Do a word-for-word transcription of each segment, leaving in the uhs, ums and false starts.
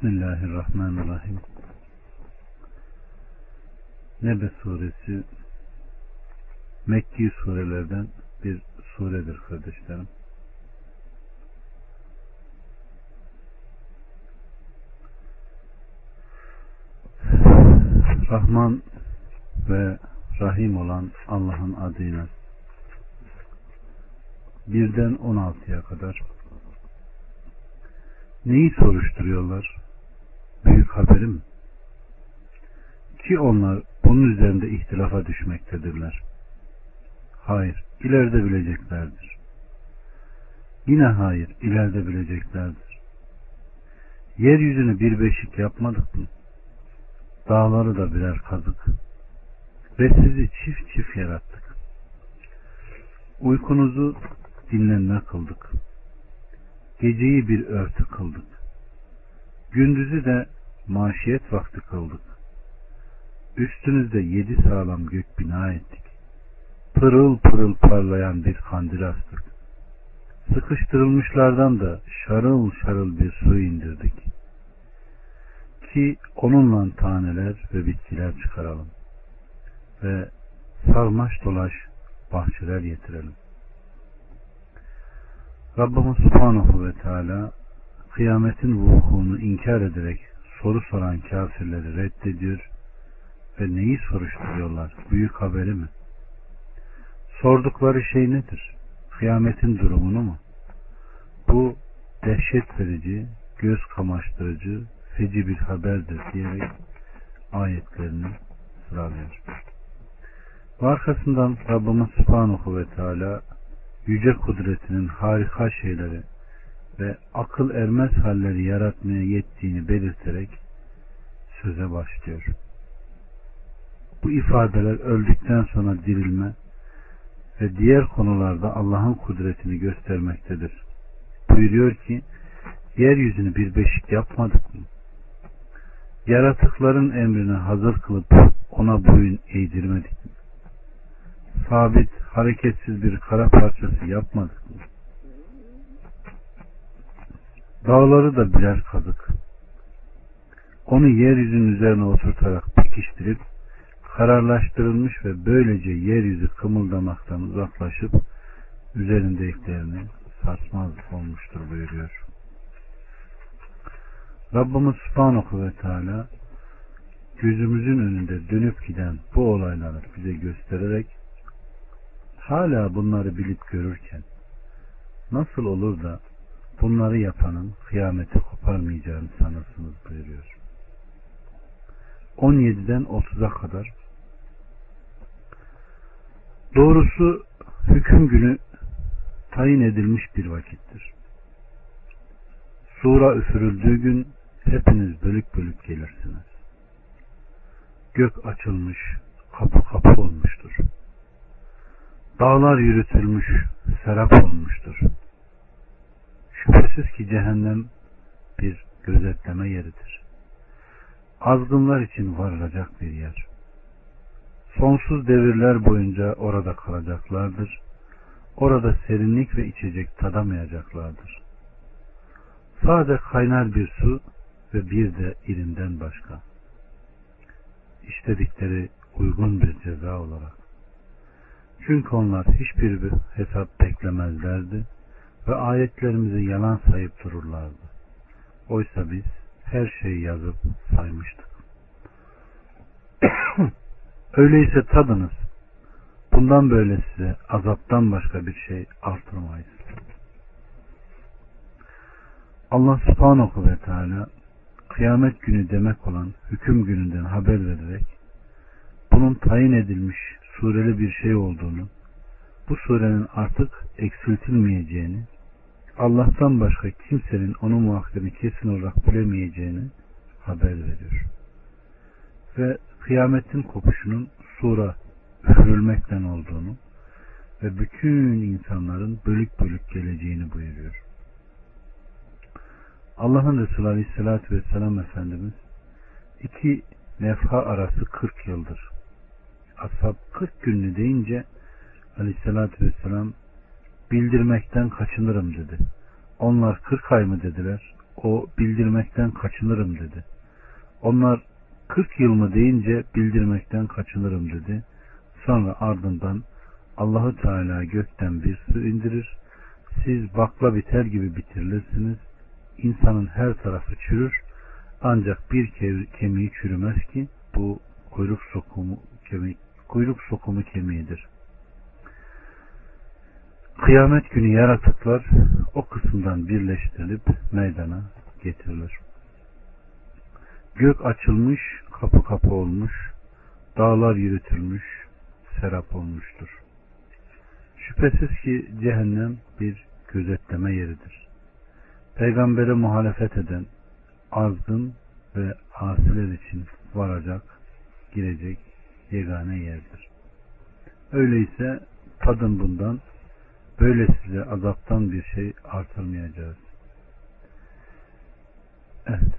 Bismillahirrahmanirrahim. Nebe suresi Mekki surelerden bir suredir kardeşlerim. Rahman ve Rahim olan Allah'ın adıyla birden on altıya kadar. Neyi soruşturuyorlar? Büyük haberi mi? Ki onlar bunun üzerinde ihtilafa düşmektedirler. Hayır, ileride bileceklerdir. Yine hayır, ileride bileceklerdir. Yeryüzünü bir beşik yapmadık mı? Dağları da birer kazık. Ve sizi çift çift yarattık. Uykunuzu dinlenme kıldık. Geceyi bir örtü kıldık. Gündüzü de maşiyet vakti kıldık. Üstünüzde yedi sağlam gök bina ettik. Pırıl pırıl parlayan bir kandil astık. Sıkıştırılmışlardan da şarıl şarıl bir su indirdik. Ki onunla taneler ve bitkiler çıkaralım. Ve sarmaş dolaş bahçeler getirelim. Rabbimiz Subhanahu ve Teala kıyametin vukuunu inkar ederek soru soran kafirleri reddediyor ve neyi soruşturuyorlar? Büyük haberi mi? Sordukları şey nedir? Kıyametin durumunu mu? Bu dehşet verici, göz kamaştırıcı, feci bir haberdir diyerek ayetlerini sıralıyor. Ve arkasından Rabbimiz Subhanahu ve Teala yüce kudretinin harika şeyleri ve akıl ermez halleri yaratmaya yettiğini belirterek söze başlıyor. Bu ifadeler öldükten sonra dirilme ve diğer konularda Allah'ın kudretini göstermektedir. Buyuruyor ki, yeryüzünü bir beşik yapmadık mı? Yaratıkların emrine hazır kılıp ona boyun eğdirmedik mi? Sabit, hareketsiz bir kara parçası yapmadık mı? Dağları da birer kazık. Onu yeryüzünün üzerine oturtarak pekiştirip kararlaştırılmış ve böylece yeryüzü kımıldamaktan uzaklaşıp üzerindekilerini sarsmaz olmuştur buyuruyor. Rabbimiz Subhanahu ve Teala gözümüzün önünde dönüp giden bu olayları bize göstererek hala bunları bilip görürken nasıl olur da bunları yapanın kıyameti koparmayacağını sanırsınız buyuruyor. on yediden otuza kadar. Doğrusu hüküm günü tayin edilmiş bir vakittir. Sura üfürüldüğü gün hepiniz bölük bölük gelirsiniz. Gök açılmış, kapı kapı olmuştur. Dağlar yürütülmüş, serap olmuştur. Şüphesiz ki cehennem bir gözetleme yeridir. Azgınlar için varılacak bir yer. Sonsuz devirler boyunca orada kalacaklardır. Orada serinlik ve içecek tadamayacaklardır. Sadece kaynar bir su ve bir de irinden başka. İşledikleri uygun bir ceza olarak. Çünkü onlar hiçbir hesap beklemezlerdi ve ayetlerimizi yalan sayıp dururlardı. Oysa biz her şeyi yazıp saymıştık. Öyleyse tadınız. Bundan böyle size azaptan başka bir şey artırmayız. Allah Subhanahu ve Teala kıyamet günü demek olan hüküm gününden haber vererek bunun tayin edilmiş sureli bir şey olduğunu, bu surenin artık eksiltilmeyeceğini, Allah'tan başka kimsenin onun vaktini kesin olarak bilemeyeceğini haber veriyor. Ve kıyametin kopuşunun sura üfürülmekten olduğunu ve bütün insanların bölük bölük geleceğini buyuruyor. Allah'ın Resulü Aleyhisselatü Vesselam Efendimiz iki nefha arası kırk yıldır. Ashab kırk günlü deyince Aleyhisselatü Vesselam bildirmekten kaçınırım dedi. Onlar kırk ay mı dediler? o bildirmekten kaçınırım dedi. Onlar kırk yıl mı deyince bildirmekten kaçınırım dedi. Sonra ardından Allahu Teala gökten bir su indirir. Siz bakla biter gibi bitirilirsiniz. İnsanın her tarafı çürür. Ancak bir kemiği çürümez ki bu kuyruk sokumu kemik, kuyruk sokumu kemiğidir. Kıyamet günü yaratıklar o kısımdan birleştirilip meydana getirilir. Gök açılmış, kapı kapı olmuş, dağlar yürütülmüş, serap olmuştur. Şüphesiz ki cehennem bir gözetleme yeridir. Peygambere muhalefet eden, azgın ve asiler için varacak, girecek yegane yerdir. Öyleyse tadın bundan, böyle size azaptan bir şey artırmayacağız. Evet.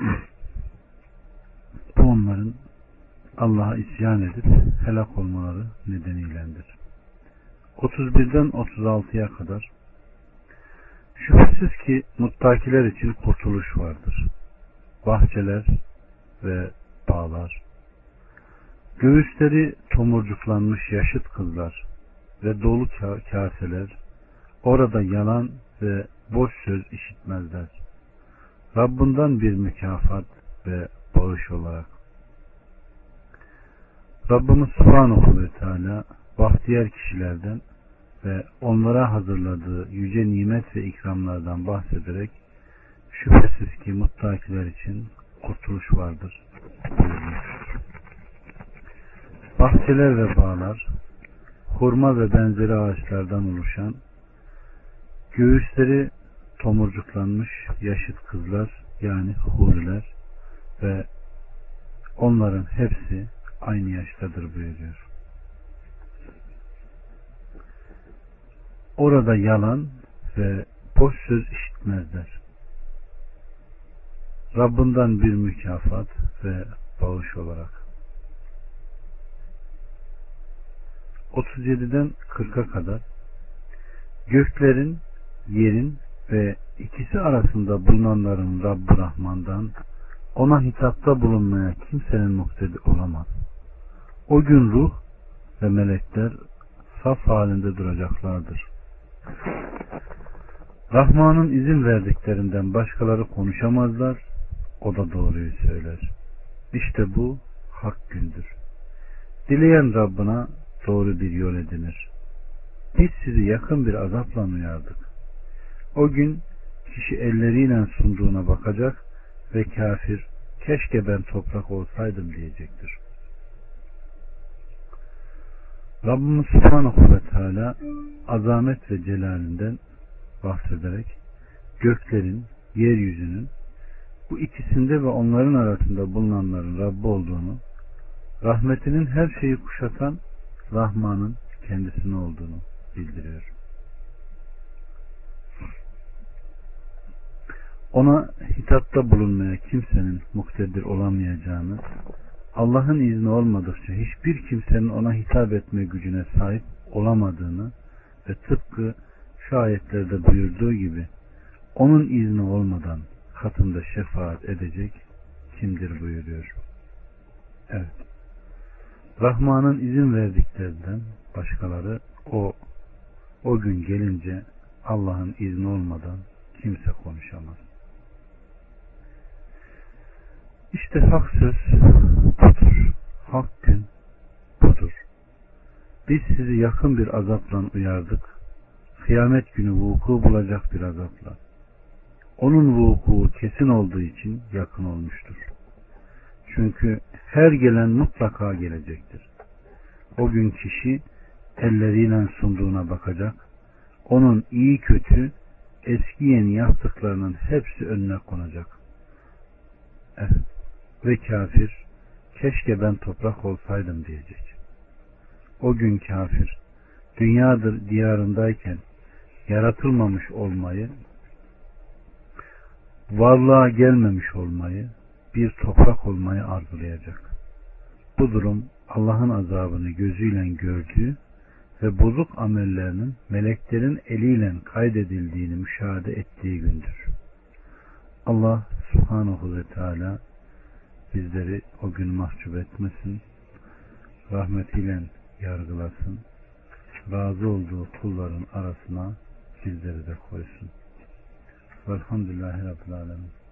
Bu onların Allah'a isyan edip helak olmaları nedeniylendir. otuz birden otuz altıya kadar şüphesiz ki muttakiler için kurtuluş vardır. Bahçeler ve bağlar, göğüsleri tomurcuklanmış yaşıt kızlar ve dolu kaseler, orada yalan ve boş söz işitmezler. Rabbinden bir mükafat ve bağış olarak. Rabbimiz Subhanahu ve Teala bahtiyar kişilerden ve onlara hazırladığı yüce nimet ve ikramlardan bahsederek şüphesiz ki muttakiler için kurtuluş vardır buyurmuştur. Bahçeler ve bağlar, hurma ve benzeri ağaçlardan oluşan, göğüsleri tomurcuklanmış yaşıt kızlar yani huriler ve onların hepsi aynı yaştadır buyuruyor. Orada yalan ve boş söz işitmezler. Rabbinden bir mükafat ve bağış olarak. otuz yediden kırka kadar göklerin, yerin ve ikisi arasında bulunanların Rabb-ı Rahman'dan ona hitapta bulunmaya kimsenin muhtedir olamaz. O gün ruh ve melekler saf halinde duracaklardır. Rahman'ın izin verdiklerinden başkaları konuşamazlar. O da doğruyu söyler. İşte bu hak gündür. Dileyen Rabbına doğru bir yol edinir. Biz sizi yakın bir azapla uyardık. O gün kişi elleriyle sunduğuna bakacak ve kafir keşke ben toprak olsaydım diyecektir. Rabbimiz Subhanahu ve Teala azamet ve celalinden bahsederek göklerin, yeryüzünün bu ikisinde ve onların arasında bulunanların Rabbi olduğunu, rahmetinin her şeyi kuşatan Rahman'ın kendisine olduğunu bildiriyor. Ona hitapta bulunmaya kimsenin muktedir olamayacağını, Allah'ın izni olmadıkça hiçbir kimsenin ona hitap etme gücüne sahip olamadığını ve tıpkı şu ayetlerde buyurduğu gibi onun izni olmadan katında şefaat edecek kimdir buyuruyor. Evet. Rahman'ın izin verdiklerinden başkaları o o gün gelince Allah'ın izni olmadan kimse konuşamaz. İşte hak söz budur. Hak gün budur. Biz sizi yakın bir azapla uyardık. Kıyamet günü vuku bulacak bir azapla. Onun vuku kesin olduğu için yakın olmuştur. Çünkü her gelen mutlaka gelecektir. O gün kişi elleriyle sunduğuna bakacak. Onun iyi kötü eski yeni yaptıklarının hepsi önüne konacak. Evet. Ve kafir keşke ben toprak olsaydım diyecek. O gün kafir dünyadır diyarındayken yaratılmamış olmayı, varlığa gelmemiş olmayı, bir toprak olmayı arzulayacak. Bu durum Allah'ın azabını gözüyle gördüğü ve bozuk amellerinin meleklerin eliyle kaydedildiğini müşahede ettiği gündür. Allah Subhanahu ve Teala bizleri o gün mahcup etmesin, rahmetiyle yargılasın, razı olduğu kulların arasına bizleri de koysun. Velhamdülillahi Rabbil Alemin.